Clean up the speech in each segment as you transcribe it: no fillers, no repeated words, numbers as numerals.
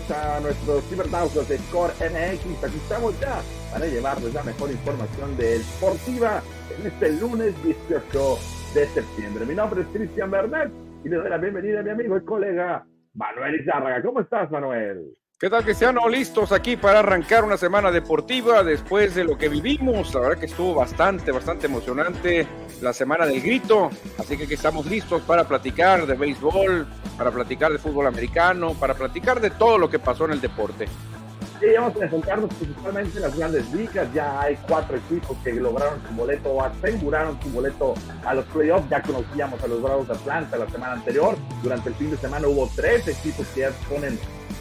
ustedes a nuestros cibernautas de Score MX. Aquí estamos ya para llevarles la mejor información deportiva en este lunes 18 de septiembre. Mi nombre es Cristian Bernet y le doy la bienvenida a mi amigo y colega Manuel Izárraga. ¿Cómo estás, Manuel? ¿Qué tal, Cristiano? Listos aquí para arrancar una semana deportiva después de lo que vivimos. La verdad que estuvo bastante emocionante la semana del grito, así que aquí estamos listos para platicar de béisbol, para platicar de fútbol americano, para platicar de todo lo que pasó en el deporte. Sí, vamos a enfocarnos principalmente en las grandes ligas. Ya hay 4 equipos que lograron su boleto o aseguraron su boleto a los playoffs. Ya conocíamos a los Bravos de Atlanta la semana anterior. Durante el fin de semana hubo 3 equipos que ya ponen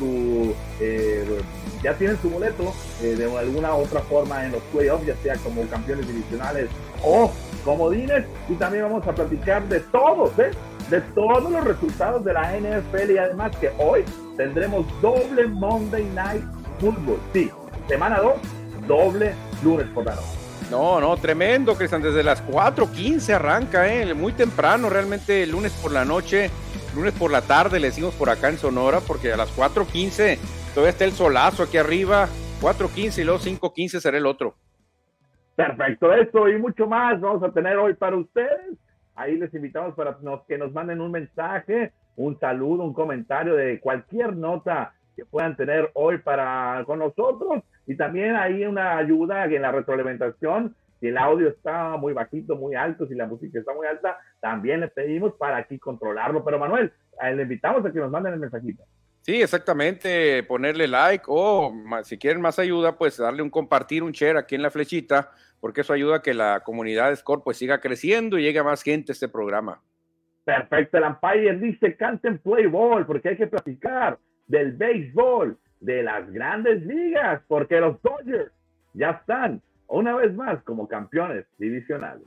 ya tienen su boleto de alguna otra forma en los playoffs, ya sea como campeones divisionales o comodines. Y también vamos a platicar de todos, de todos los resultados de la NFL, y además que hoy tendremos doble Monday Night Football. Sí, semana 2, doble lunes por la noche. No, tremendo, Cristian, desde las 4:15 arranca, muy temprano, realmente lunes por la noche, lunes por la tarde, le decimos por acá en Sonora, porque a las 4:15 todavía está el solazo aquí arriba, 4:15 y luego 5:15 será el otro. Perfecto, esto y mucho más vamos a tener hoy para ustedes. Ahí les invitamos para que nos manden un mensaje, un saludo, un comentario de cualquier nota que puedan tener hoy con nosotros, y también hay una ayuda en la retroalimentación. Si el audio está muy bajito, muy alto, si la música está muy alta, también le pedimos para aquí controlarlo. Pero Manuel, le invitamos a que nos manden el mensajito. Sí, exactamente, ponerle like o si quieren más ayuda, pues darle un compartir, un share aquí en la flechita, porque eso ayuda a que la comunidad de Score pues siga creciendo y llegue a más gente a este programa. Perfecto, el umpire dice canten play ball, porque hay que platicar del béisbol, de las grandes ligas, porque los Dodgers ya están una vez más como campeones divisionales.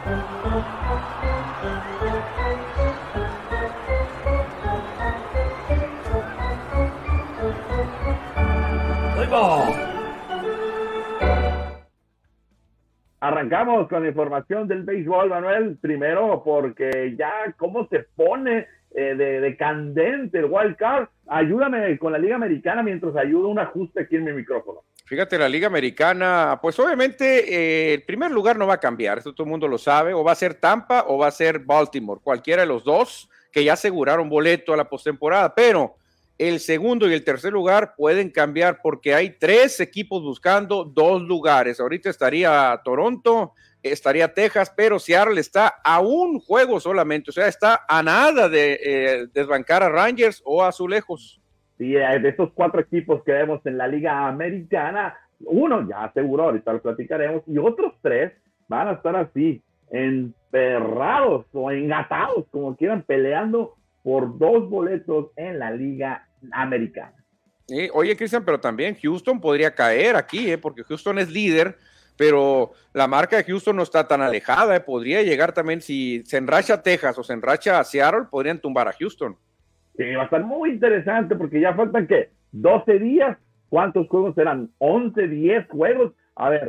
Arrancamos con la información del béisbol, Manuel. Primero, porque ya cómo se pone de candente el wild card. Ayúdame con la Liga Americana mientras ayudo un ajuste aquí en mi micrófono. Fíjate, la Liga Americana, pues obviamente el primer lugar no va a cambiar, esto todo el mundo lo sabe, o va a ser Tampa o va a ser Baltimore, cualquiera de los dos que ya aseguraron boleto a la postemporada, pero el segundo y el tercer lugar pueden cambiar porque hay 3 equipos buscando 2 lugares. Ahorita estaría Toronto, estaría Texas, pero Seattle está a un juego solamente, o sea, está a nada de desbancar a Rangers o a Azulejos. Sí, de estos 4 equipos que vemos en la Liga Americana, uno ya aseguró, ahorita lo platicaremos, y otros 3 van a estar así, emperrados o engatados, como quieran, peleando por 2 boletos en la Liga Americana. Oye, Cristian, pero también Houston podría caer aquí, porque Houston es líder, pero la marca de Houston no está tan alejada, podría llegar también, si se enracha Texas o se enracha Seattle, podrían tumbar a Houston. Sí, va a estar muy interesante porque ya faltan, ¿qué? 12 días. ¿Cuántos juegos serán? 11, 10 juegos. A ver,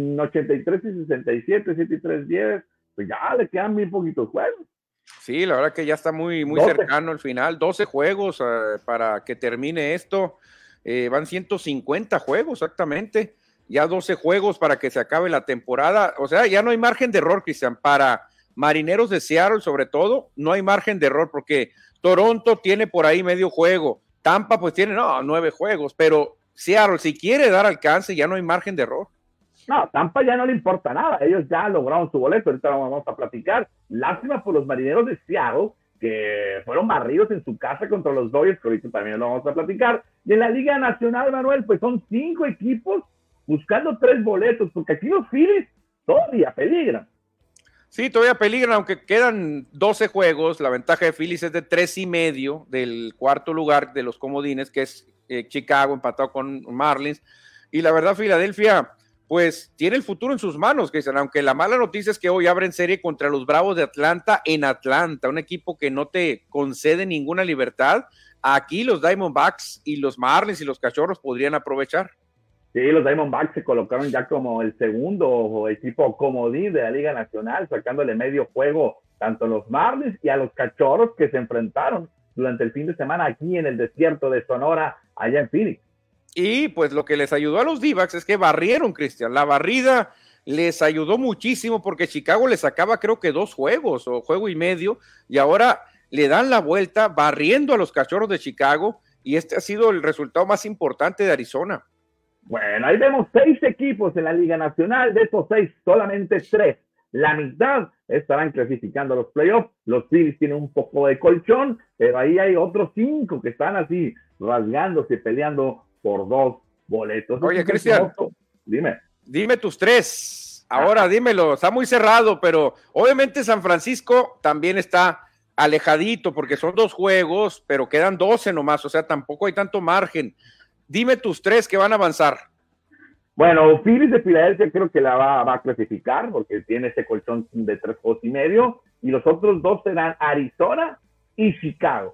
83 y 67, 7 y 3, 10. Pues ya le quedan bien poquitos juegos. Sí, la verdad que ya está muy cercano al final. 12 juegos para que termine esto. Van 150 juegos exactamente. Ya 12 juegos para que se acabe la temporada. O sea, ya no hay margen de error, Cristian. Para Marineros de Seattle, sobre todo, no hay margen de error porque Toronto tiene por ahí medio juego. Tampa pues tiene 9 juegos. Pero Seattle, si quiere dar alcance, ya no hay margen de error. No, Tampa ya no le importa nada. Ellos ya lograron su boleto. Ahorita lo vamos a platicar. Lástima por los Marineros de Seattle, que fueron barridos en su casa contra los Dodgers, que ahorita también lo vamos a platicar. Y en la Liga Nacional, Manuel, pues son 5 equipos buscando 3 boletos, porque aquí los Phillies todavía peligran. Sí, todavía peligran, aunque quedan 12 juegos. La ventaja de Phillies es de 3.5 del cuarto lugar de los comodines, que es Chicago, empatado con Marlins. Y la verdad, Filadelfia pues tiene el futuro en sus manos, Cristian, aunque la mala noticia es que hoy abren serie contra los Bravos de Atlanta en Atlanta, un equipo que no te concede ninguna libertad. Aquí los Diamondbacks y los Marlins y los Cachorros podrían aprovechar. Sí, los Diamondbacks se colocaron ya como el segundo equipo comodín de la Liga Nacional, sacándole medio juego tanto a los Marlins y a los Cachorros, que se enfrentaron durante el fin de semana aquí en el desierto de Sonora, allá en Phoenix. Y pues lo que les ayudó a los D-backs es que barrieron, Cristian. La barrida les ayudó muchísimo porque Chicago les sacaba creo que 2 juegos o juego y medio, y ahora le dan la vuelta barriendo a los Cachorros de Chicago, y este ha sido el resultado más importante de Arizona. Bueno, ahí vemos 6 equipos en la Liga Nacional. De esos 6, solamente 3, la mitad, estarán clasificando a los playoffs. Los Phillies tienen un poco de colchón, pero ahí hay otros 5 que están así rasgándose, peleando por 2 boletos. Oye, Cristian, dime tus 3. Ahora dímelo, está muy cerrado, pero obviamente San Francisco también está alejadito porque son 2 juegos, pero quedan 12 nomás, o sea, tampoco hay tanto margen. Dime tus 3 que van a avanzar. Bueno, Phillies de Filadelfia creo que la va a clasificar porque tiene ese colchón de 3 juegos y medio, y los otros 2 serán Arizona y Chicago.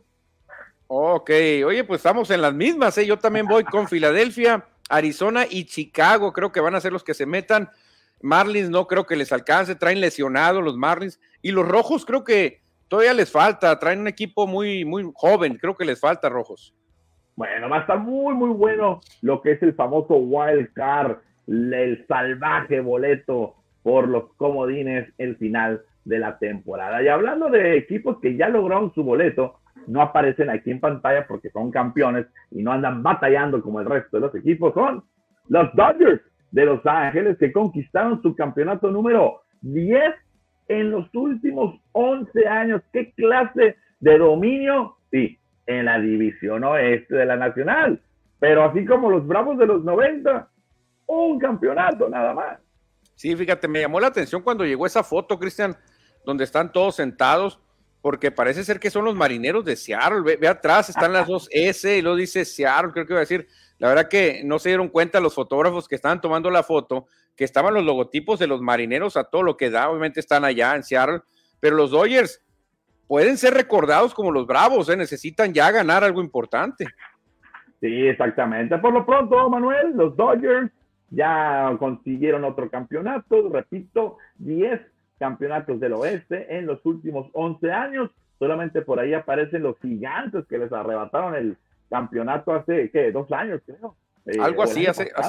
Ok, oye, pues estamos en las mismas, ¿eh? Yo también voy con Filadelfia, Arizona y Chicago, creo que van a ser los que se metan. Marlins no creo que les alcance, traen lesionados los Marlins, y los Rojos creo que todavía les falta, traen un equipo muy, muy joven, creo que les falta Rojos. Bueno, va a estar muy, muy bueno lo que es el famoso wild card, el salvaje boleto por los comodines, el final de la temporada. Y hablando de equipos que ya lograron su boleto, no aparecen aquí en pantalla porque son campeones y no andan batallando como el resto de los equipos, son los Dodgers de Los Ángeles, que conquistaron su campeonato número 10 en los últimos 11 años. ¿Qué clase de dominio? Sí, en la división oeste de la Nacional. Pero así como los Bravos de los 90, un campeonato nada más. Sí, fíjate, me llamó la atención cuando llegó esa foto, Cristian, donde están todos sentados, porque parece ser que son los Marineros de Seattle. Ve atrás, están las 2 S y luego dice Seattle, creo que iba a decir. La verdad que no se dieron cuenta los fotógrafos que estaban tomando la foto, que estaban los logotipos de los Marineros a todo lo que da. Obviamente están allá en Seattle, pero los Dodgers pueden ser recordados como los Bravos, necesitan ya ganar algo importante. Sí, exactamente. Por lo pronto, Manuel, los Dodgers ya consiguieron otro campeonato, repito, 10 campeonatos del oeste en los últimos 11 años. Solamente por ahí aparecen los Gigantes que les arrebataron el campeonato hace, ¿qué? 2 años, creo. Algo así,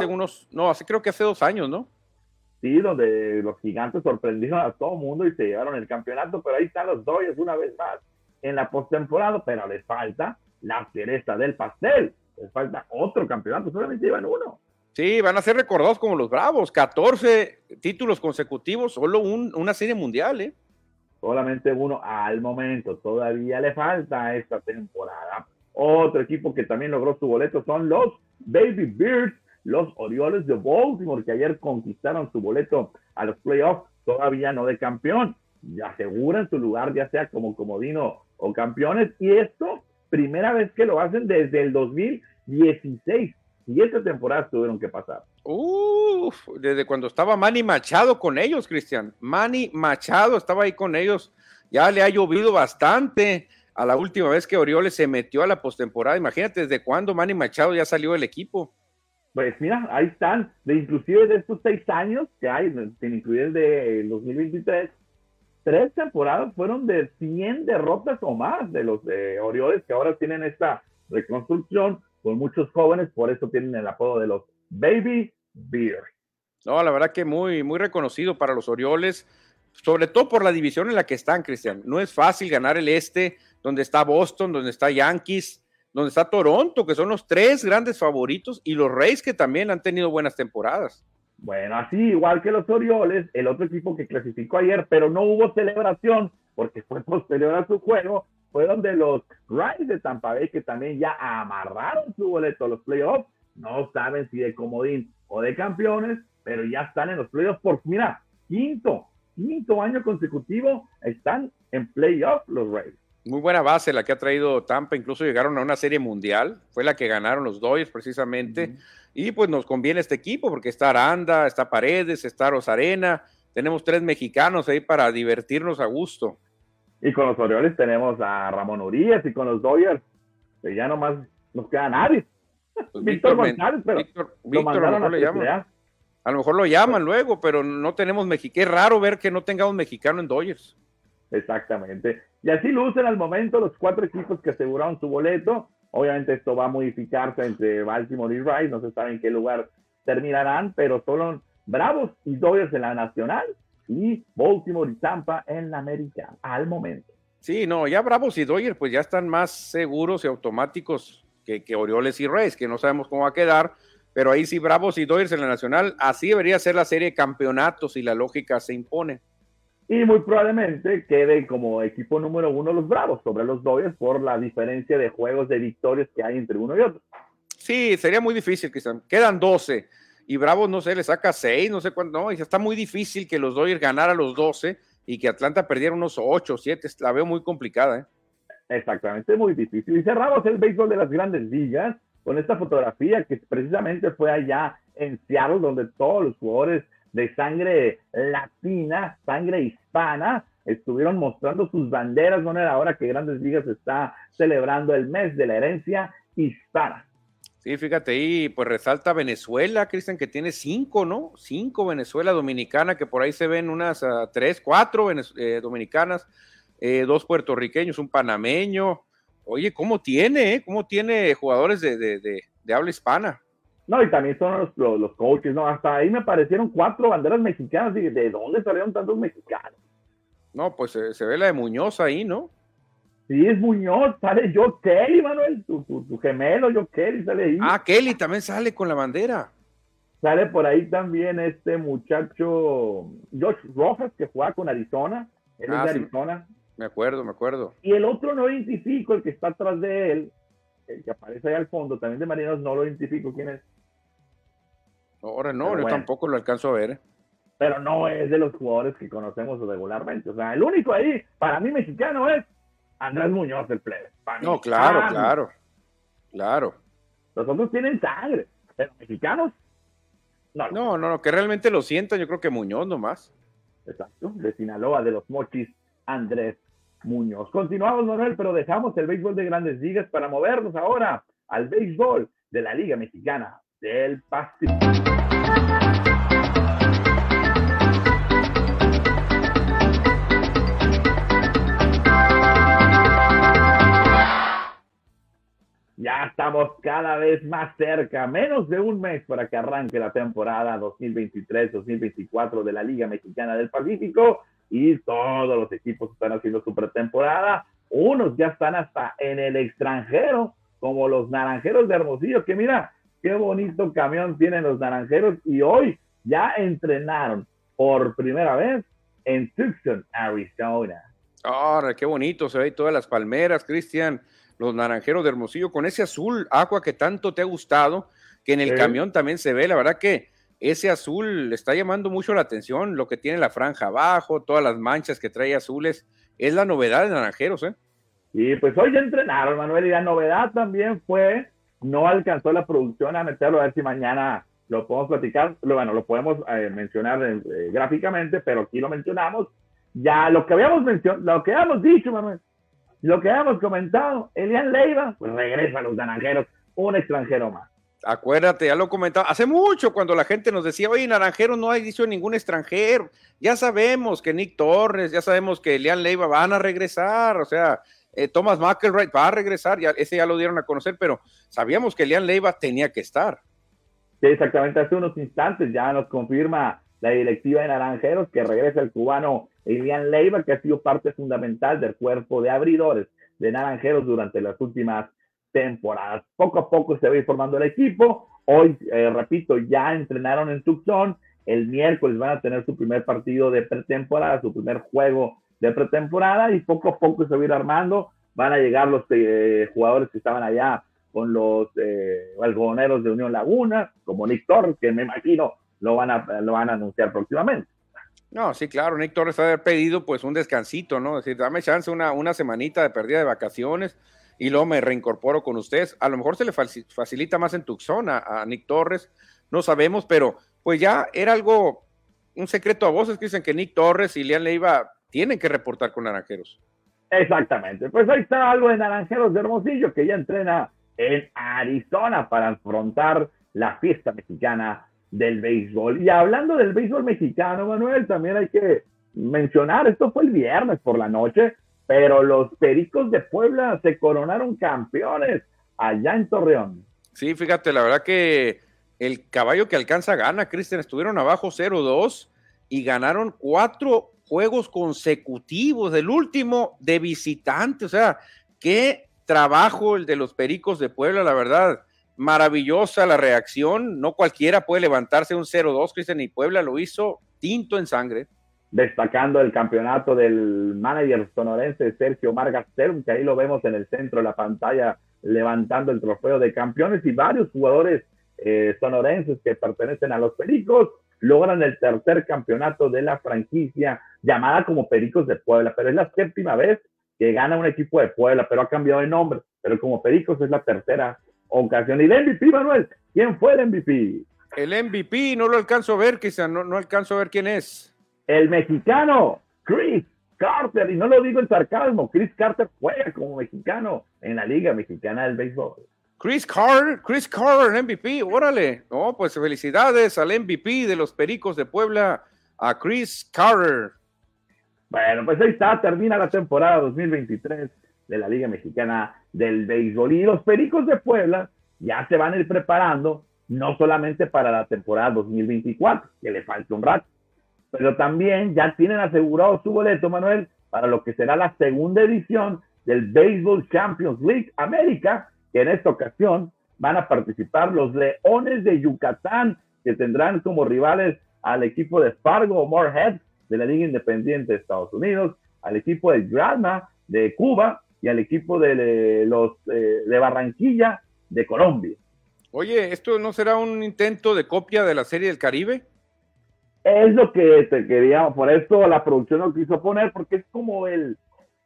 creo que hace 2 años, ¿no? Sí, donde los Gigantes sorprendieron a todo el mundo y se llevaron el campeonato, pero ahí están los Dodgers una vez más en la postemporada, pero les falta la cereza del pastel, les falta otro campeonato, solamente llevan 1. Sí, van a ser recordados como los Bravos, 14 títulos consecutivos, solo una serie mundial, ¿eh? Solamente 1 al momento, todavía le falta esta temporada. Otro equipo que también logró su boleto son los Baby Birds, los Orioles de Baltimore, que ayer conquistaron su boleto a los playoffs, todavía no de campeón, y aseguran su lugar ya sea como comodino o campeones, y esto, primera vez que lo hacen desde el 2016, y esta temporada tuvieron que pasar. Desde cuando estaba Manny Machado con ellos, Cristian. Manny Machado estaba ahí con ellos, ya le ha llovido bastante a la última vez que Orioles se metió a la postemporada. Imagínate desde cuándo Manny Machado ya salió del equipo. Pues mira, ahí están, inclusive de estos 6 años que hay, sin incluir el de 2023, 3 temporadas fueron de 100 derrotas o más de los Orioles, que ahora tienen esta reconstrucción con muchos jóvenes, por eso tienen el apodo de los Baby Bears. No, la verdad que muy, muy reconocido para los Orioles, sobre todo por la división en la que están, Cristian. No es fácil ganar el este, donde está Boston, donde está Yankees, donde está Toronto, que son los 3 grandes favoritos, y los Rays, que también han tenido buenas temporadas. Bueno, así igual que los Orioles, el otro equipo que clasificó ayer, pero no hubo celebración, porque fue posterior a su juego, fueron de los Rays de Tampa Bay, que también ya amarraron su boleto a los playoffs. No saben si de comodín o de campeones, pero ya están en los playoffs por, mira, quinto año consecutivo están en playoffs los Rays. Muy buena base la que ha traído Tampa, incluso llegaron a una serie mundial, fue la que ganaron los Dodgers precisamente, y pues nos conviene este equipo porque está Aranda, está Paredes, está Rosarena, tenemos 3 mexicanos ahí para divertirnos a gusto. Y con los Orioles tenemos a Ramón Urias, y con los Dodgers, pues ya nomás nos queda nadie. Pues Víctor González, pero Víctor a lo mejor lo llaman luego, pero no tenemos mexicano. Es raro ver que no tengamos mexicano en Dodgers. Exactamente. Y así lucen al momento los 4 equipos que aseguraron su boleto. Obviamente esto va a modificarse entre Baltimore y Rice, no se sabe en qué lugar terminarán, pero solo Bravos y Dodgers en la nacional y Baltimore y Tampa en la americana al momento. Sí, no, ya Bravos y Dodgers pues ya están más seguros y automáticos que Orioles y Reyes, que no sabemos cómo va a quedar, pero ahí sí Bravos y Dodgers en la nacional, así debería ser la serie de campeonatos y la lógica se impone. Y muy probablemente quede como equipo número 1 los Bravos sobre los Dodgers por la diferencia de juegos de victorias que hay entre uno y otro. Sí, sería muy difícil, Cristian. Quedan 12 y Bravos, no sé, le saca 6, no sé cuánto, no, y está muy difícil que los Dodgers ganara los 12 y que Atlanta perdiera unos 8, 7, la veo muy complicada, ¿eh? Exactamente, muy difícil. Y cerramos el béisbol de las grandes ligas con esta fotografía que precisamente fue allá en Seattle, donde todos los jugadores de sangre latina, sangre hispana, estuvieron mostrando sus banderas, ¿no? Ahora que Grandes Ligas está celebrando el mes de la herencia hispana. Sí, fíjate ahí, pues resalta Venezuela, Cristian, que tiene 5, ¿no? 5 Venezuela dominicana, que por ahí se ven unas 3, 4 dominicanas, 2 puertorriqueños, un panameño. Oye, ¿cómo tiene, ¿Cómo tiene jugadores de habla hispana? No, y también son los coaches, ¿no? Hasta ahí me aparecieron 4 banderas mexicanas. Y ¿de dónde salieron tantos mexicanos? No, pues se ve la de Muñoz ahí, ¿no? Sí, es Muñoz, sale Joe Kelly, Manuel, tu gemelo Joe Kelly sale ahí. Ah, Kelly también sale con la bandera. Sale por ahí también este muchacho Josh Rojas, que juega con Arizona. Él es de Arizona. Sí, me acuerdo. Y el otro no identifico, el que está atrás de él, el que aparece ahí al fondo, también de Marinos, no lo identifico quién es. Ahora no, yo tampoco lo alcanzo a ver. Pero no es de los jugadores que conocemos regularmente. O sea, el único ahí, para mí mexicano, es Andrés Muñoz, el plebe. No, claro. Los otros tienen sangre, pero mexicanos, no, que realmente lo sientan, yo creo que Muñoz nomás. Exacto, de Sinaloa, de los Mochis, Andrés Muñoz. Continuamos, Manuel, pero dejamos el béisbol de Grandes Ligas para movernos ahora al béisbol de la Liga Mexicana del Pacífico. Ya estamos cada vez más cerca, menos de un mes para que arranque la temporada 2023-2024 de la Liga Mexicana del Pacífico y todos los equipos están haciendo su pretemporada. Unos ya están hasta en el extranjero, como los Naranjeros de Hermosillo, que mira, qué bonito camión tienen los Naranjeros y hoy ya entrenaron por primera vez en Tucson, Arizona. Ahora, qué bonito se ve todas las palmeras, Cristian. Los Naranjeros de Hermosillo, con ese azul agua que tanto te ha gustado, que en el camión también se ve, la verdad que ese azul está llamando mucho la atención, lo que tiene la franja abajo, todas las manchas que trae azules, es la novedad de Naranjeros, ¿eh? Y pues hoy ya entrenaron, Manuel, y la novedad también fue, no alcanzó la producción a meterlo, a ver si mañana lo podemos platicar, bueno, lo podemos mencionar gráficamente, pero aquí lo mencionamos, ya lo que habíamos dicho, Manuel, lo que habíamos comentado, Elian Leiva, pues regresa a los Naranjeros, un extranjero más. Acuérdate, ya lo comentaba, hace mucho cuando la gente nos decía, oye, Naranjeros no ha dicho ningún extranjero, ya sabemos que Nick Torres, ya sabemos que Elian Leiva van a regresar, o sea, Thomas McElroy va a regresar, ese ya lo dieron a conocer, pero sabíamos que Elian Leiva tenía que estar. Sí, exactamente, hace unos instantes ya nos confirma la directiva de Naranjeros que regresa el cubano Elian Leiva, que ha sido parte fundamental del cuerpo de abridores de Naranjeros durante las últimas temporadas. Poco a poco se va formando el equipo. Hoy, repito, ya entrenaron en Tucson. El miércoles van a tener su primer partido de pretemporada, su primer juego de pretemporada, y poco a poco se va a ir armando. Van a llegar los jugadores que estaban allá con los algodoneros de Unión Laguna, como Nick Torres, que me imagino lo van a anunciar próximamente. No, sí, claro, Nick Torres ha pedido pues un descansito, ¿no? Es decir, dame chance una semanita de pérdida de vacaciones y luego me reincorporo con ustedes. A lo mejor se le facilita más en Tucson a Nick Torres, no sabemos, pero pues ya era algo, un secreto a voces que dicen que Nick Torres y Elian Leiva tienen que reportar con Naranjeros. Exactamente, pues ahí está algo de Naranjeros de Hermosillo, que ya entrena en Arizona para afrontar la fiesta mexicana del béisbol. Y hablando del béisbol mexicano, Manuel, también hay que mencionar, esto fue el viernes por la noche, pero los Pericos de Puebla se coronaron campeones allá en Torreón. Sí, fíjate, la verdad que el caballo que alcanza gana, Cristian, estuvieron abajo 0-2 y ganaron 4 juegos consecutivos, el último de visitante, o sea, qué trabajo el de los Pericos de Puebla, la verdad, maravillosa la reacción, no cualquiera puede levantarse un 0-2, Cristian, y Puebla lo hizo tinto en sangre. Destacando el campeonato del manager sonorense Sergio Margaster, que ahí lo vemos en el centro de la pantalla levantando el trofeo de campeones, y varios jugadores sonorenses que pertenecen a los Pericos logran el tercer campeonato de la franquicia llamada como Pericos de Puebla, pero es la 7ª vez que gana un equipo de Puebla, pero ha cambiado de nombre, pero como Pericos es la tercera ocasión. Y el MVP, Manuel, ¿quién fue el MVP? El MVP no lo alcanzo a ver, quizá no alcanzo a ver quién es. El mexicano Chris Carter, y no lo digo en sarcasmo, Chris Carter juega como mexicano en la Liga Mexicana del Béisbol. Chris Carter, el MVP, órale. No, pues felicidades al MVP de los Pericos de Puebla, a Chris Carter. Bueno, pues ahí está, termina la temporada 2023 de la Liga Mexicana del Béisbol, y los Pericos de Puebla ya se van a ir preparando, no solamente para la temporada 2024, que le falta un rato, pero también ya tienen asegurado su boleto, Manuel, para lo que será la segunda edición del Baseball Champions League América, que en esta ocasión van a participar los Leones de Yucatán, que tendrán como rivales al equipo de Fargo Moorhead de la Liga Independiente de Estados Unidos, al equipo de Granma de Cuba y al equipo de Barranquilla de Colombia. Oye, ¿esto no será un intento de copia de la Serie del Caribe? Es lo que te quería, por eso la producción lo quiso poner, porque es como el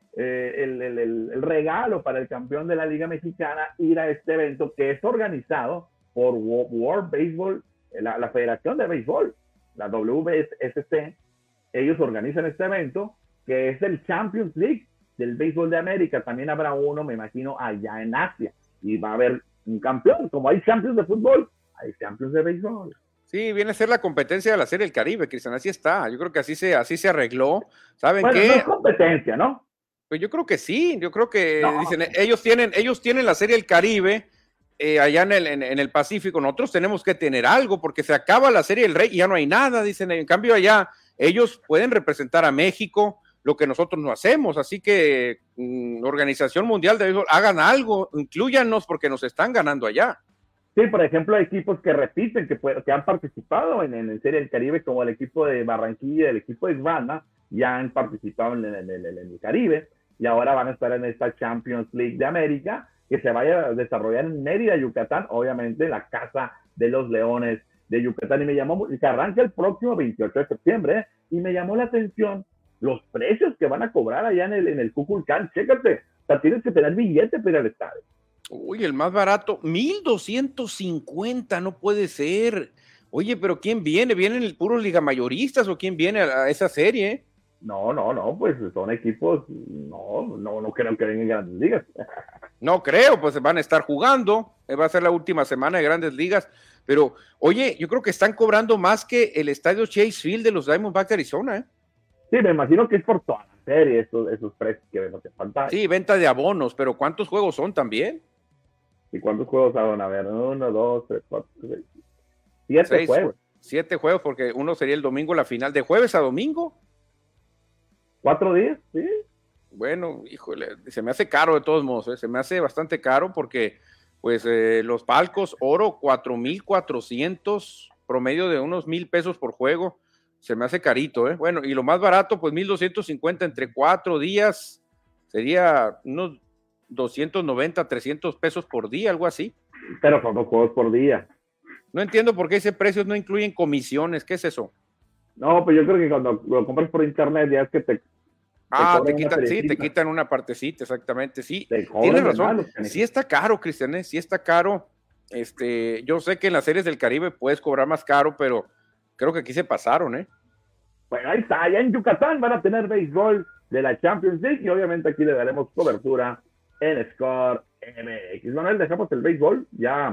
regalo para el campeón de la Liga Mexicana ir a este evento que es organizado por World Baseball, la Federación de Béisbol, la WBSC. Ellos organizan este evento que es el Champions League del Béisbol de América. También habrá uno, me imagino, allá en Asia, y va a haber un campeón. Como hay Champions de fútbol, hay Champions de béisbol. Sí, viene a ser la competencia de la Serie del Caribe, Cristian, así está. Yo creo que así se arregló. ¿Saben bueno, qué? No es competencia, ¿no? Pues yo creo que sí, yo creo que no. Dicen, ellos tienen la Serie del Caribe allá en el Pacífico, nosotros tenemos que tener algo porque se acaba la Serie del Rey y ya no hay nada, dicen, en cambio allá ellos pueden representar a México, lo que nosotros no hacemos, así que Organización Mundial de Béisbol, hagan algo, inclúyanos porque nos están ganando allá. Sí, por ejemplo, hay equipos que repiten, que han participado en Serie del Caribe, como el equipo de Barranquilla, el equipo de Granma, ya han participado en el Caribe, y ahora van a estar en esta Champions League de América, que se vaya a desarrollar en Mérida, Yucatán, obviamente la casa de los Leones de Yucatán, y me llamó, se arranca el próximo 28 de septiembre, y me llamó la atención los precios que van a cobrar allá en el Kukulcán. Chécate, o sea, tienes que tener billete para ir al estadio. Uy, el más barato, 1,250, no puede ser. Oye, pero ¿quién viene? ¿Vienen puros ligamayoristas o quién viene a esa serie? No, pues son equipos, no creo que vengan Grandes Ligas. No creo, pues van a estar jugando, va a ser la última semana de Grandes Ligas, pero oye, yo creo que están cobrando más que el estadio Chase Field de los Diamondbacks de Arizona, ¿eh? Sí, me imagino que es por toda la serie, esos precios que vemos en pantalla. Sí, venta de abonos, pero ¿cuántos juegos son también? ¿Y cuántos juegos van a haber? 1, 2, 3, 4, 6, 7 juegos. 7 juegos, porque uno sería el domingo, la final, de jueves a domingo. 4 días, sí. Bueno, híjole, se me hace caro de todos modos, ¿eh? Se me hace bastante caro porque, pues, los palcos oro, 4,400, promedio de unos 1,000 pesos por juego. Se me hace carito, ¿eh? Bueno, y lo más barato, pues 1,250 entre 4 días, sería unos 290, 300 pesos por día, algo así. Pero son 2 juegos por día. No entiendo por qué ese precio no incluyen comisiones, ¿qué es eso? No, pues yo creo que cuando lo compras por internet ya es que te quitan una partecita, exactamente, sí. Tienes razón, sí está caro, Cristian, ¿eh? Sí está caro. Yo sé que en las series del Caribe puedes cobrar más caro, pero creo que aquí se pasaron, ¿eh? Bueno, ahí está, allá en Yucatán van a tener béisbol de la Champions League y obviamente aquí le daremos cobertura en Score MX. Manuel, dejamos el béisbol, ya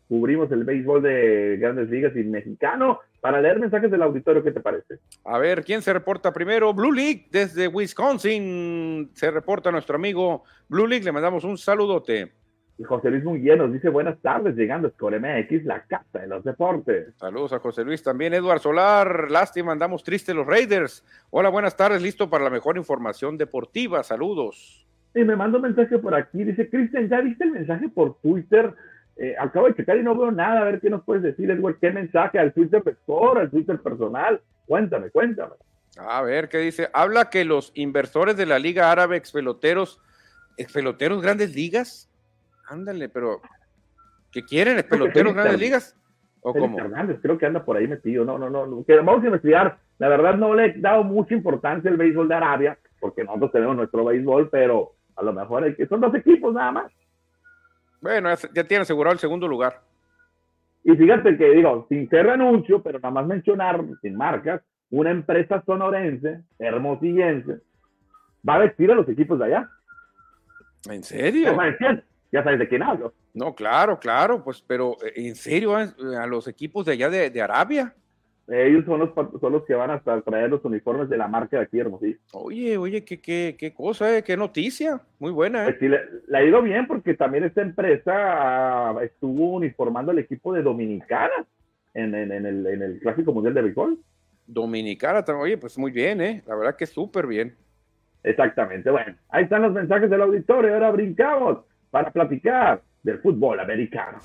cubrimos el béisbol de Grandes Ligas y mexicano para leer mensajes del auditorio. ¿Qué te parece? A ver, ¿quién se reporta primero? Blue League desde Wisconsin. Se reporta nuestro amigo Blue League. Le mandamos un saludote. Y José Luis Munguía nos dice buenas tardes, llegando a Score MX, la casa de los deportes. Saludos a José Luis también. Eduard Solar, lástima, andamos tristes los Raiders. Hola, buenas tardes, listo para la mejor información deportiva. Saludos. Y me manda un mensaje por aquí, dice, Cristian, ¿ya viste el mensaje por Twitter? Acabo de checar y no veo nada, a ver qué nos puedes decir, Edward, ¿qué mensaje? ¿Al Twitter de Score, al Twitter personal? Cuéntame. A ver, ¿qué dice? Habla que los inversores de la Liga Árabe, expeloteros Grandes Ligas. Ándale, pero ¿qué quieren? ¿Peloteros Grandes Ligas? ¿O Félix cómo? Hernández, creo que anda por ahí metido. No. Que vamos a investigar. La verdad no le he dado mucha importancia al béisbol de Arabia, porque nosotros tenemos nuestro béisbol, pero a lo mejor son 2 equipos nada más. Bueno, ya tiene asegurado el segundo lugar. Y fíjate que, digo, sin ser anuncio, pero nada más mencionar, sin marcas, una empresa sonorense, hermosillense, va a vestir a los equipos de allá. ¿En serio? Ya sabes de quién hablo. No, claro, pues, pero ¿en serio a los equipos de allá de Arabia? Ellos son los que van hasta traer los uniformes de la marca de aquí, Hermosillo. Oye, qué cosa, qué noticia, muy buena. Pues sí, le ha ido bien porque también esta empresa estuvo uniformando al equipo de Dominicana en el Clásico Mundial de Béisbol. Dominicana, oye, pues muy bien, la verdad que súper bien. Exactamente, bueno, ahí están los mensajes del auditorio, ahora brincamos para platicar del fútbol americano.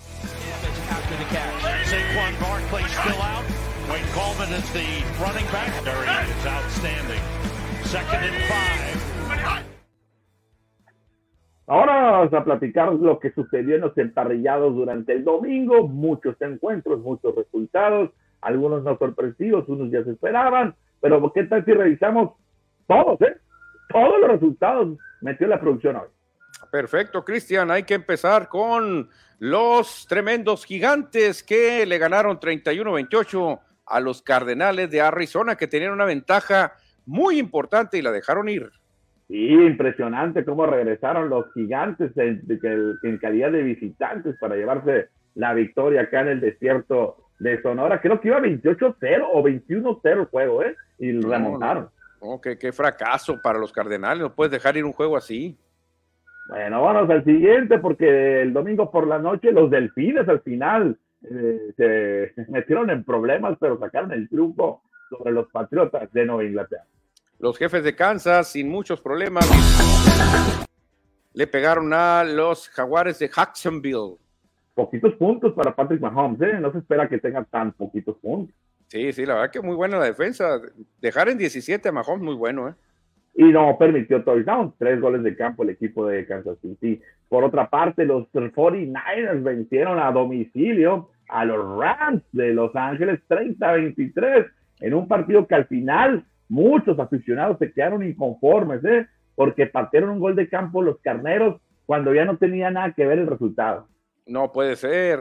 Saquon Barkley still out. Wayne Coleman is the running back. Murray is outstanding. 2nd and 5. Ahora vamos a platicar lo que sucedió en los emparrillados durante el domingo. Muchos encuentros, muchos resultados, algunos no sorpresivos, unos ya se esperaban, pero ¿qué tal si revisamos todos, todos los resultados metió la producción hoy? Perfecto, Cristian, hay que empezar con los tremendos Gigantes que le ganaron 31-28 a los Cardenales de Arizona, que tenían una ventaja muy importante y la dejaron ir. Sí, impresionante cómo regresaron los Gigantes en calidad de visitantes para llevarse la victoria acá en el desierto de Sonora. Creo que iba 28-0 o 21-0 el juego, y remontaron. No, qué fracaso para los Cardenales, no puedes dejar ir un juego así. Bueno, vamos al siguiente, porque el domingo por la noche los Delfines al final se metieron en problemas, pero sacaron el triunfo sobre los Patriotas de Nueva Inglaterra. Los Jefes de Kansas, sin muchos problemas, le pegaron a los Jaguares de Jacksonville. Poquitos puntos para Patrick Mahomes, no se espera que tenga tan poquitos puntos. Sí, la verdad que muy buena la defensa. Dejar en 17 a Mahomes, muy bueno, Y no permitió touchdown, 3 goles de campo el equipo de Kansas City. Por otra parte, los 49ers vencieron a domicilio a los Rams de Los Ángeles 30-23 en un partido que al final muchos aficionados se quedaron inconformes, porque partieron un gol de campo los carneros cuando ya no tenía nada que ver el resultado. No puede ser.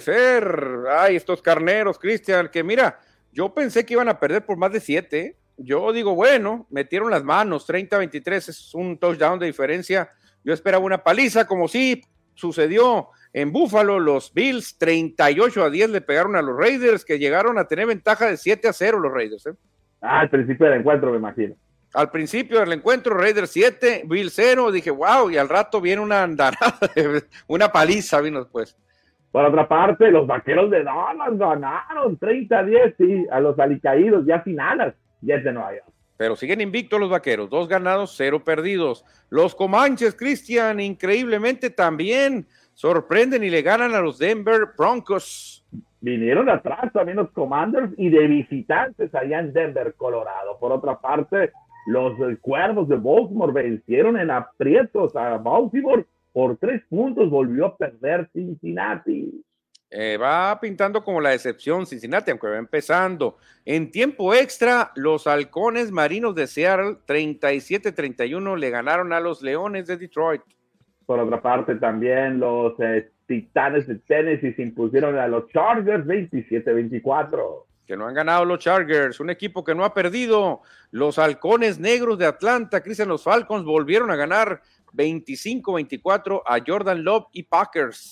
Ay, estos carneros, Cristian, que mira, yo pensé que iban a perder por más de 7, Yo digo, bueno, metieron las manos, 30-23 es un touchdown de diferencia. Yo esperaba una paliza, como sí sucedió en Buffalo. Los Bills 38-10 le pegaron a los Raiders, que llegaron a tener ventaja de 7-0 los Raiders. Al principio del encuentro, me imagino. Al principio del encuentro, Raiders 7, Bills 0, dije, wow, y al rato viene una andanada, una paliza vino después. Por otra parte, los Vaqueros de Dallas ganaron 30-10, sí, a los alicaídos, ya sin alas. Jets de Nueva York. Pero siguen invictos los Vaqueros, 2 ganados, 0 perdidos. Los Comanches, Cristian, increíblemente también sorprenden y le ganan a los Denver Broncos. Vinieron de atrás también los Commanders y de visitantes allá en Denver, Colorado. Por otra parte, los Cuervos de Baltimore vencieron en aprietos a Baltimore por 3 puntos. Volvió a perder Cincinnati. Va pintando como la decepción Cincinnati, aunque va empezando. En tiempo extra, los Halcones Marinos de Seattle 37-31 le ganaron a los Leones de Detroit. Por otra parte, también los Titanes de Tennessee se impusieron a los Chargers 27-24. Que no han ganado los Chargers, un equipo que no ha perdido. Los Halcones Negros de Atlanta, Cristian, los Falcons volvieron a ganar 25-24 a Jordan Love y Packers.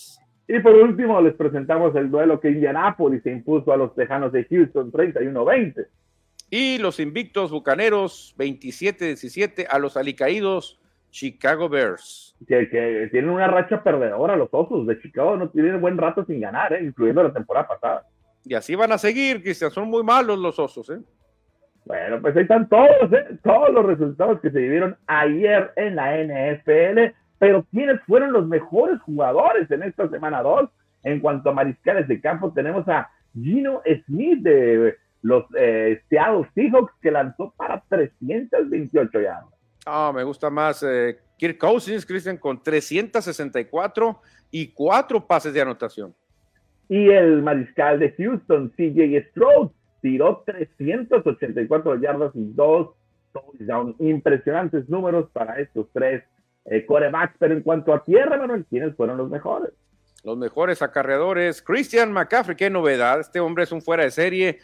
Y por último, les presentamos el duelo que Indianapolis se impuso a los Tejanos de Houston 31-20. Y los invictos Bucaneros 27-17 a los alicaídos Chicago Bears. Que tienen una racha perdedora los Osos de Chicago, no tienen buen rato sin ganar, incluyendo la temporada pasada. Y así van a seguir, Cristian, son muy malos los Osos, ¿eh? Bueno, pues ahí están todos los resultados que se vivieron ayer en la NFL, pero ¿quiénes fueron los mejores jugadores en esta semana 2? En cuanto a mariscales de campo, tenemos a Geno Smith de los Seattle Seahawks, que lanzó para 328 yardas. Me gusta más Kirk Cousins, Christian, con 364 y 4 pases de anotación. Y el mariscal de Houston, CJ Stroud, tiró 384 yardas y 2 touchdowns. Impresionantes números para estos 3 quarterbacks. Pero en cuanto a tierra, Manuel, ¿quiénes fueron los mejores? Los mejores acarreadores, Christian McCaffrey, qué novedad, este hombre es un fuera de serie,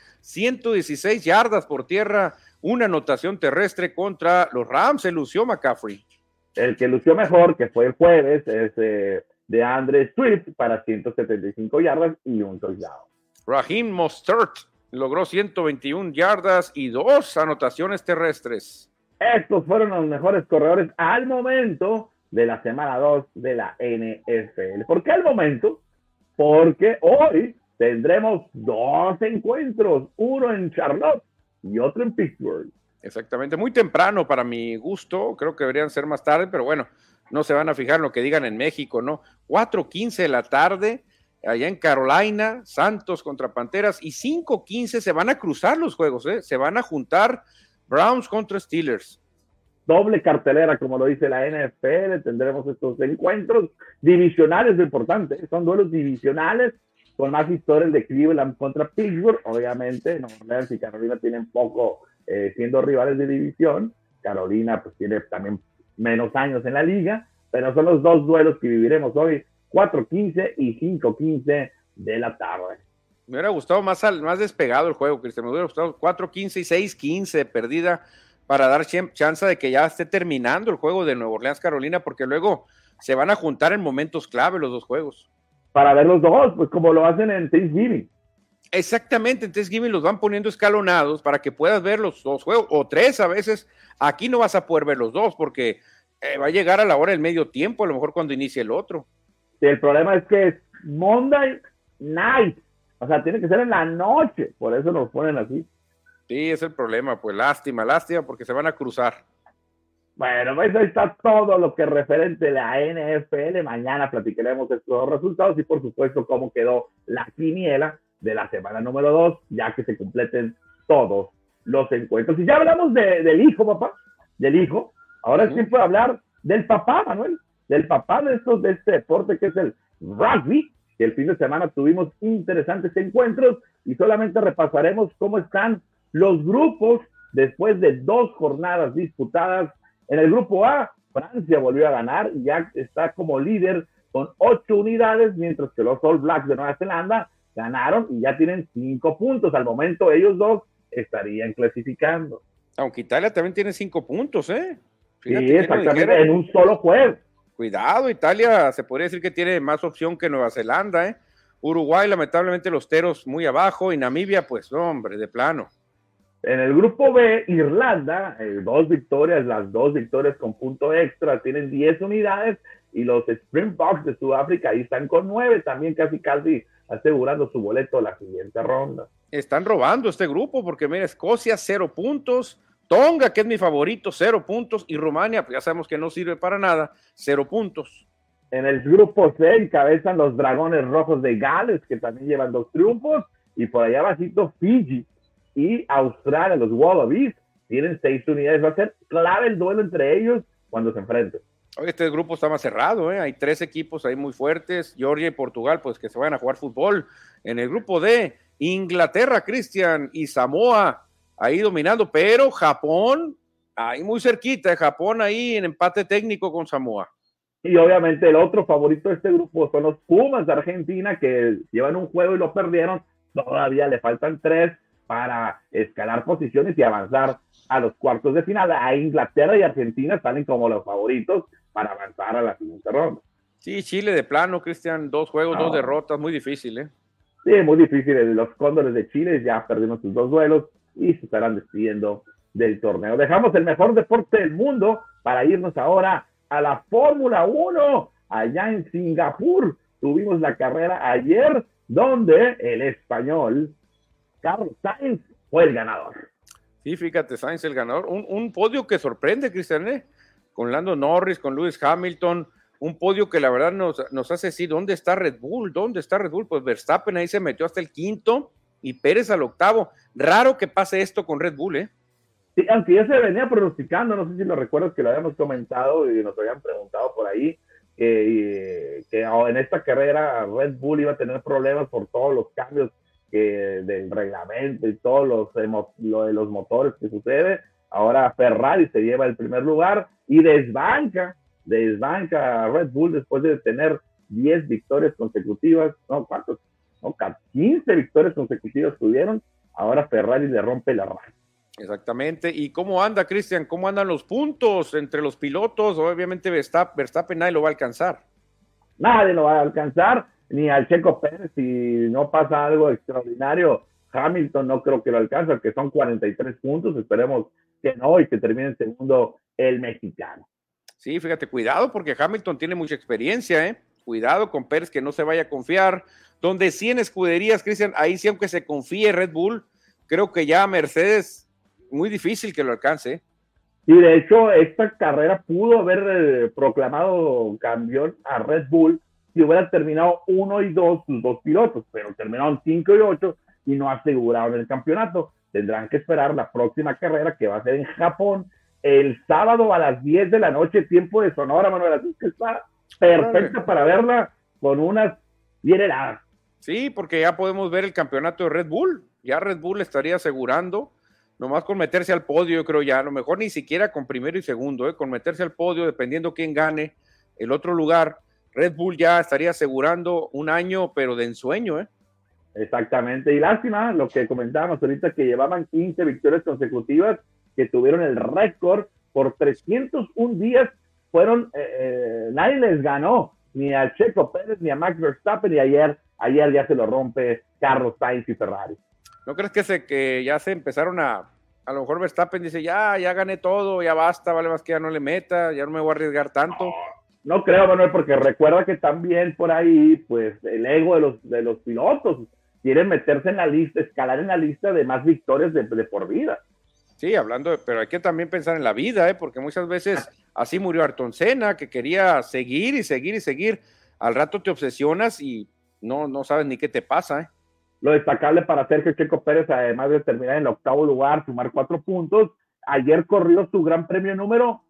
116 yardas por tierra, una anotación terrestre contra los Rams, se lució McCaffrey. El que lució mejor, que fue el jueves, es de Andre Swift para 175 yardas y un touchdown. Raheem Mostert logró 121 yardas y 2 anotaciones terrestres. Estos fueron los mejores corredores al momento de la semana 2 de la NFL. ¿Por qué al momento? Porque hoy tendremos 2 encuentros, uno en Charlotte y otro en Pittsburgh. Exactamente, muy temprano para mi gusto, creo que deberían ser más tarde, pero bueno, no se van a fijar en lo que digan en México, ¿no? 4:15 de la tarde, allá en Carolina, Santos contra Panteras, y 5:15 se van a cruzar los juegos, se van a juntar Browns contra Steelers. Doble cartelera, como lo dice la NFL, tendremos estos encuentros divisionales, lo importante, son duelos divisionales, con más historias de Cleveland contra Pittsburgh. Obviamente, Nueva Orleans y Carolina tienen poco siendo rivales de división. Carolina pues tiene también menos años en la liga, pero son los 2 duelos que viviremos hoy, 4:15 y 5:15 de la tarde. Me hubiera gustado más despegado el juego, Cristian, me hubiera gustado 4:15 y 6:15 perdida, para dar chance de que ya esté terminando el juego de Nueva Orleans, Carolina, porque luego se van a juntar en momentos clave los 2 juegos. Para ver los 2, pues como lo hacen en Thanksgiving. Exactamente, en Thanksgiving los van poniendo escalonados para que puedas ver los 2 juegos, o 3 a veces. Aquí no vas a poder ver los 2 porque va a llegar a la hora del medio tiempo, a lo mejor cuando inicie el otro. Sí, el problema es que es Monday Night, o sea, tiene que ser en la noche, por eso nos ponen así. Sí, es el problema, pues lástima, porque se van a cruzar. Bueno, pues ahí está todo lo que referente a la NFL. Mañana platicaremos estos resultados y por supuesto cómo quedó la quiniela de la semana número 2, ya que se completen todos los encuentros. Y ya hablamos del hijo, papá, del hijo. Ahora es tiempo de hablar del papá, Manuel, del papá de este deporte que es el rugby, que el fin de semana tuvimos interesantes encuentros y solamente repasaremos cómo están los grupos después de 2 jornadas disputadas. En el grupo A, Francia volvió a ganar y ya está como líder con 8 unidades, mientras que los All Blacks de Nueva Zelanda ganaron y ya tienen 5 puntos. Al momento ellos 2 estarían clasificando. Aunque Italia también tiene 5 puntos, ¿eh? Fíjate, sí, exactamente, en un solo juego. Cuidado, Italia se podría decir que tiene más opción que Nueva Zelanda, ¿eh? Uruguay, lamentablemente, los teros muy abajo, y Namibia, pues, hombre, de plano. En el grupo B, Irlanda, 2 victorias, las 2 victorias con punto extra, tienen 10 unidades, y los Springboks de Sudáfrica ahí están con 9, también casi asegurando su boleto a la siguiente ronda. Están robando este grupo, porque mira, Escocia 0 puntos, Tonga, que es mi favorito, 0 puntos, y Rumania, pues ya sabemos que no sirve para nada, 0 puntos. En el grupo C encabezan los Dragones Rojos de Gales, que también llevan 2 triunfos, y por allá abajito Fiji y Australia, los Wallabies, tienen 6 unidades. Va a ser clave el duelo entre ellos cuando se enfrenten. Este grupo está más cerrado, ¿eh? Hay 3 equipos ahí muy fuertes, Georgia y Portugal, pues que se vayan a jugar fútbol. En el grupo D, Inglaterra, Cristian, y Samoa, ahí dominando, pero Japón, ahí muy cerquita, Japón ahí en empate técnico con Samoa. Y obviamente el otro favorito de este grupo son los Pumas de Argentina, que llevan un juego y lo perdieron, todavía le faltan 3 para escalar posiciones y avanzar a los cuartos de final. A Inglaterra y Argentina salen como los favoritos para avanzar a la siguiente ronda. Sí, Chile de plano, Cristian, 2 juegos, 2 derrotas, muy difícil, ¿eh? Sí, muy difícil. Los Cóndores de Chile ya perdieron sus 2 duelos y se estarán despidiendo del torneo. Dejamos el mejor deporte del mundo para irnos ahora a la Fórmula 1, allá en Singapur. Tuvimos la carrera ayer, donde el español Carlos Sainz fue el ganador. Sí, fíjate, Sainz el ganador. Un podio que sorprende, Cristian, ¿eh? Con Lando Norris, con Lewis Hamilton, un podio que la verdad nos hace decir, ¿dónde está Red Bull? ¿Dónde está Red Bull? Pues Verstappen ahí se metió hasta el 5º y Pérez al 8º. Raro que pase esto con Red Bull, ¿eh? Sí, aunque ya se venía pronosticando, no sé si lo recuerdas que lo habíamos comentado y nos habían preguntado por ahí, que en esta carrera Red Bull iba a tener problemas por todos los cambios del reglamento y todos lo de los motores que sucede. Ahora Ferrari se lleva el primer lugar y desbanca a Red Bull después de tener 10 victorias consecutivas. No, ¿cuántos? No, 15 victorias consecutivas tuvieron. Ahora Ferrari le rompe la racha. Exactamente. ¿Y cómo anda, Cristian? ¿Cómo andan los puntos entre los pilotos? Obviamente Verstappen nadie lo va a alcanzar. Nadie lo va a alcanzar, ni al Checo Pérez. Si no pasa algo extraordinario, Hamilton no creo que lo alcance, que son 43 puntos. Esperemos que no y que termine en segundo el mexicano. Sí, fíjate, cuidado porque Hamilton tiene mucha experiencia, ¿eh? Cuidado con Pérez que no se vaya a confiar. Donde sí en escuderías, Cristian, ahí sí aunque se confíe Red Bull, creo que ya Mercedes, muy difícil que lo alcance. Y de hecho, esta carrera pudo haber proclamado campeón a Red Bull si hubiera terminado 1 y 2 sus 2 pilotos, pero terminaron 5 y 8 y no aseguraron el campeonato. Tendrán que esperar la próxima carrera que va a ser en Japón el sábado a las 10 de la noche, tiempo de Sonora, Manuel. Así que está perfecta para verla con unas bien heladas. Sí, porque ya podemos ver el campeonato de Red Bull. Ya Red Bull estaría asegurando, nomás con meterse al podio, yo creo ya, a lo mejor ni siquiera con primero y segundo, con meterse al podio, dependiendo quién gane el otro lugar, Red Bull ya estaría asegurando un año, pero de ensueño, ¿eh? Exactamente, y lástima lo que comentábamos ahorita, que llevaban 15 victorias consecutivas, que tuvieron el récord por 301 días, nadie les ganó, ni a Checo Pérez, ni a Max Verstappen, y ayer ya se lo rompe Carlos Sainz y Ferrari. ¿No crees que ya se empezaron a lo mejor Verstappen dice, ya gané todo, ya basta, vale más que ya no le meta, ya no me voy a arriesgar tanto? No creo, Manuel, porque recuerda que también por ahí, pues, el ego de los pilotos quieren meterse en la lista, escalar en la lista de más victorias de por vida. Sí, pero hay que también pensar en la vida, porque muchas veces así murió Ayrton Senna, que quería seguir y seguir y seguir. Al rato te obsesionas y no sabes ni qué te pasa, Lo destacable para Sergio Checo Pérez, además de terminar en el 8º lugar, sumar 4 puntos, ayer corrió su gran premio número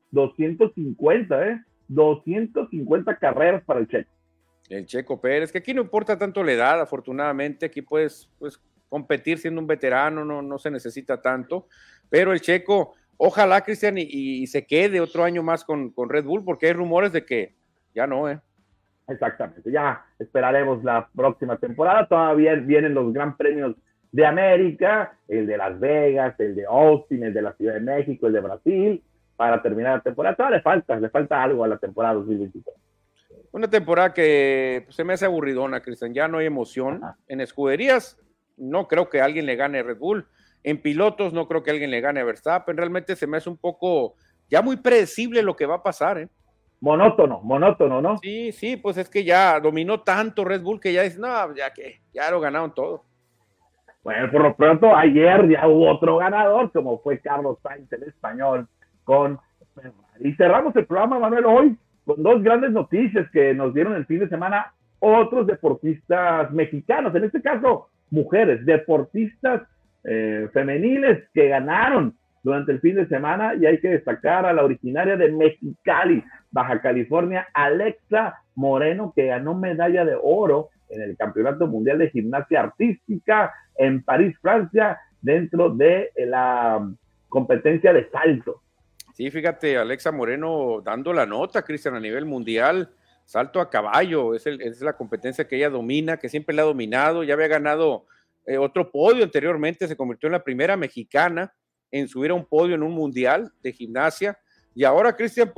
250, 250 carreras para el Checo. El Checo Pérez, que aquí no importa tanto la edad, afortunadamente, aquí puedes competir siendo un veterano, no se necesita tanto, pero el Checo, ojalá, Cristian, y se quede otro año más con Red Bull, porque hay rumores de que ya no, Exactamente, ya esperaremos la próxima temporada. Todavía vienen los Gran Premios de América, el de Las Vegas, el de Austin, el de la Ciudad de México, el de Brasil, para terminar la temporada. Todavía le falta algo a la temporada 2023. Una temporada que se me hace aburridona, Cristian, ya no hay emoción. Ajá. En escuderías no creo que alguien le gane a Red Bull, en pilotos no creo que alguien le gane a Verstappen, realmente se me hace un poco ya muy predecible lo que va a pasar, Monótono, ¿no? Sí, pues es que ya dominó tanto Red Bull que ya dice, no, ya lo ganaron todo. Bueno, por lo pronto ayer ya hubo otro ganador, como fue Carlos Sainz, el español, con Ferrari. Y cerramos el programa, Manuel, hoy con 2 grandes noticias que nos dieron el fin de semana otros deportistas mexicanos, en este caso mujeres, deportistas femeniles que ganaron durante el fin de semana, y hay que destacar a la originaria de Mexicali, Baja California, Alexa Moreno, que ganó medalla de oro en el Campeonato Mundial de Gimnasia Artística en París, Francia, dentro de la competencia de salto. Sí, fíjate, Alexa Moreno dando la nota, Cristian, a nivel mundial, salto a caballo, es la competencia que ella domina, que siempre la ha dominado, ya había ganado otro podio anteriormente, se convirtió en la primera mexicana en subir a un podio en un mundial de gimnasia, y ahora, Cristian, pues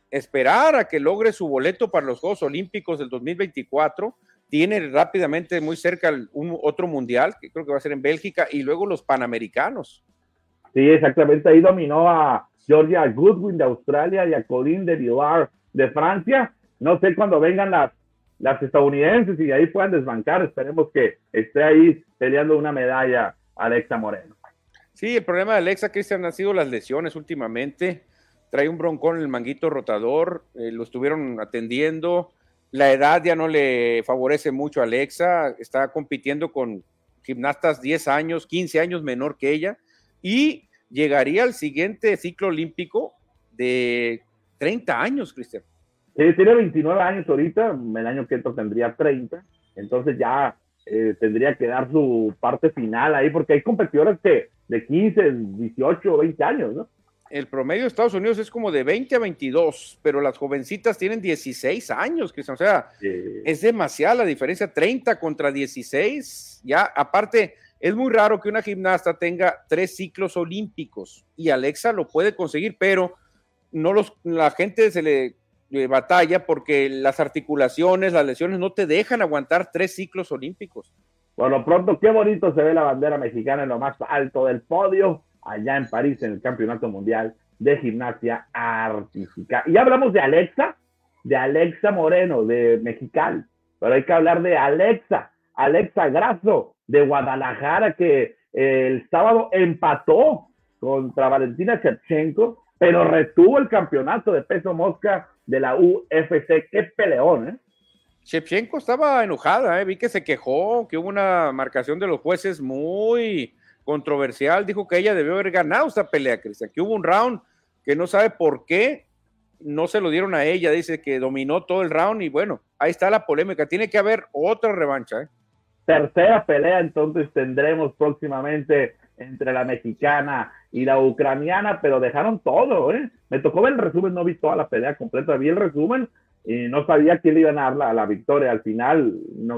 esperar a que logre su boleto para los Juegos Olímpicos del 2024. Tiene rápidamente muy cerca otro mundial, que creo que va a ser en Bélgica, y luego los Panamericanos. Sí, exactamente, ahí dominó a Georgia Goodwin de Australia y a Colin de Villard de Francia. No sé cuándo vengan las estadounidenses y ahí puedan desbancar, esperemos que esté ahí peleando una medalla Alexa Moreno. Sí, el problema de Alexa, Cristian, han sido las lesiones últimamente. Trae un broncón en el manguito rotador, lo estuvieron atendiendo. La edad ya no le favorece mucho a Alexa, está compitiendo con gimnastas 10 años, 15 años menor que ella, y llegaría al siguiente ciclo olímpico de 30 años, Cristian. Sí, tiene 29 años ahorita, el año que entra tendría 30, entonces ya tendría que dar su parte final ahí, porque hay competidores que de 15, 18, 20 años, ¿no? El promedio de Estados Unidos es como de 20 a 22, pero las jovencitas tienen 16 años, Cristian. O sea, es demasiada la diferencia, 30 contra 16. Ya, aparte, es muy raro que una gimnasta tenga 3 ciclos olímpicos y Alexa lo puede conseguir, pero no la gente se le batalla porque las articulaciones, las lesiones no te dejan aguantar 3 ciclos olímpicos. Por lo pronto, qué bonito se ve la bandera mexicana en lo más alto del podio, allá en París, en el Campeonato Mundial de Gimnasia Artística. Y hablamos de Alexa Moreno, de Mexicali, pero hay que hablar de Alexa Grasso, de Guadalajara, que el sábado empató contra Valentina Shevchenko, pero retuvo el campeonato de peso mosca de la UFC. ¡Qué peleón, eh! Shevchenko estaba enojada, vi que se quejó, que hubo una marcación de los jueces muy controversial, dijo que ella debió haber ganado esta pelea, Cristian, que hubo un round que no sabe por qué no se lo dieron a ella, dice que dominó todo el round y bueno, ahí está la polémica, tiene que haber otra revancha. Tercera pelea entonces tendremos próximamente entre la mexicana y la ucraniana, pero dejaron todo, me tocó ver el resumen, no vi toda la pelea completa, vi el resumen y no sabía quién le iba a dar la victoria al final,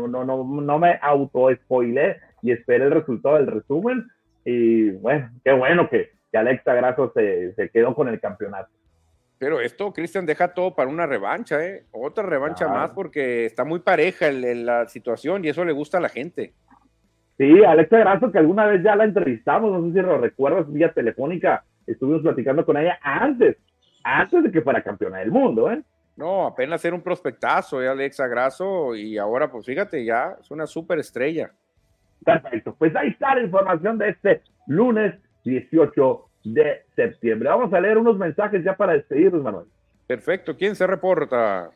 no me auto-spoilé y esperé el resultado del resumen. Y bueno, qué bueno que Alexa Grasso se quedó con el campeonato. Pero esto, Cristian, deja todo para una revancha, otra revancha más, porque está muy pareja la situación y eso le gusta a la gente. Sí, Alexa Grasso, que alguna vez ya la entrevistamos, no sé si lo recuerdas, vía telefónica, estuvimos platicando con ella antes de que fuera campeona del mundo, No, apenas era un prospectazo, Alexa Grasso, y ahora, pues fíjate, ya es una súper estrella. Perfecto, pues ahí está la información de este lunes 18 de septiembre. Vamos a leer unos mensajes ya para despedirnos, Manuel. Perfecto, ¿quién se reporta?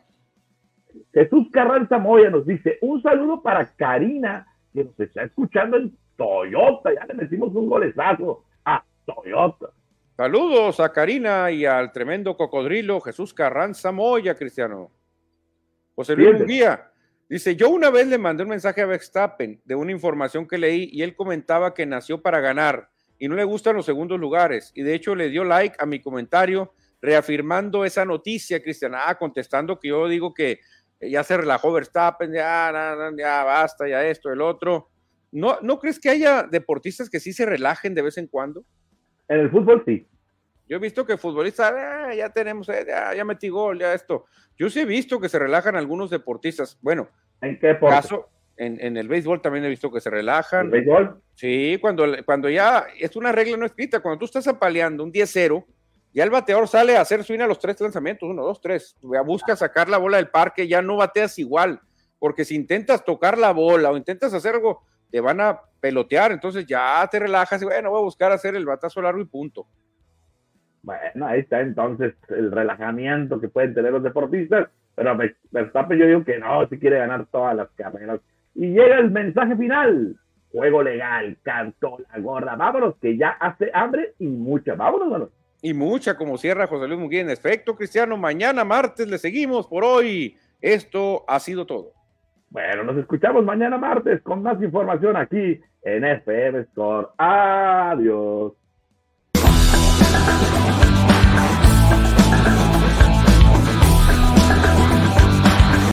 Jesús Carranza Moya nos dice, un saludo para Karina, que nos está escuchando en Toyota, ya le metimos un golezazo a Toyota. Saludos a Karina y al tremendo cocodrilo Jesús Carranza Moya, Cristiano. José Luis Munguía dice, yo una vez le mandé un mensaje a Verstappen de una información que leí y él comentaba que nació para ganar y no le gustan los segundos lugares y de hecho le dio like a mi comentario reafirmando esa noticia, Cristian, contestando que yo digo que ya se relajó Verstappen, ya basta, ya esto, el otro. ¿No crees que haya deportistas que sí se relajen de vez en cuando? En el fútbol sí. Yo he visto que futbolistas, ya tenemos, ya metí gol, ya esto. Yo sí he visto que se relajan algunos deportistas. Bueno, ¿en qué caso? En el béisbol también he visto que se relajan. ¿El béisbol? Sí, cuando ya es una regla no escrita, cuando tú estás apaleando un 10-0, ya el bateador sale a hacer swing a los 3 lanzamientos, 1, 2, 3. Busca sacar la bola del parque, ya no bateas igual, porque si intentas tocar la bola o intentas hacer algo, te van a pelotear, entonces ya te relajas y bueno, voy a buscar hacer el batazo largo y punto. Bueno, ahí está entonces el relajamiento que pueden tener los deportistas, pero Verstappen yo digo que no, si quiere ganar todas las carreras. Y llega el mensaje final, juego legal, cantó la gorda, vámonos, que ya hace hambre y mucha, vámonos. Y mucha, como cierra José Luis Munguía. En efecto, Cristiano, mañana martes le seguimos. Por hoy, esto ha sido todo. Bueno, nos escuchamos mañana martes con más información aquí en FM Score. Adiós.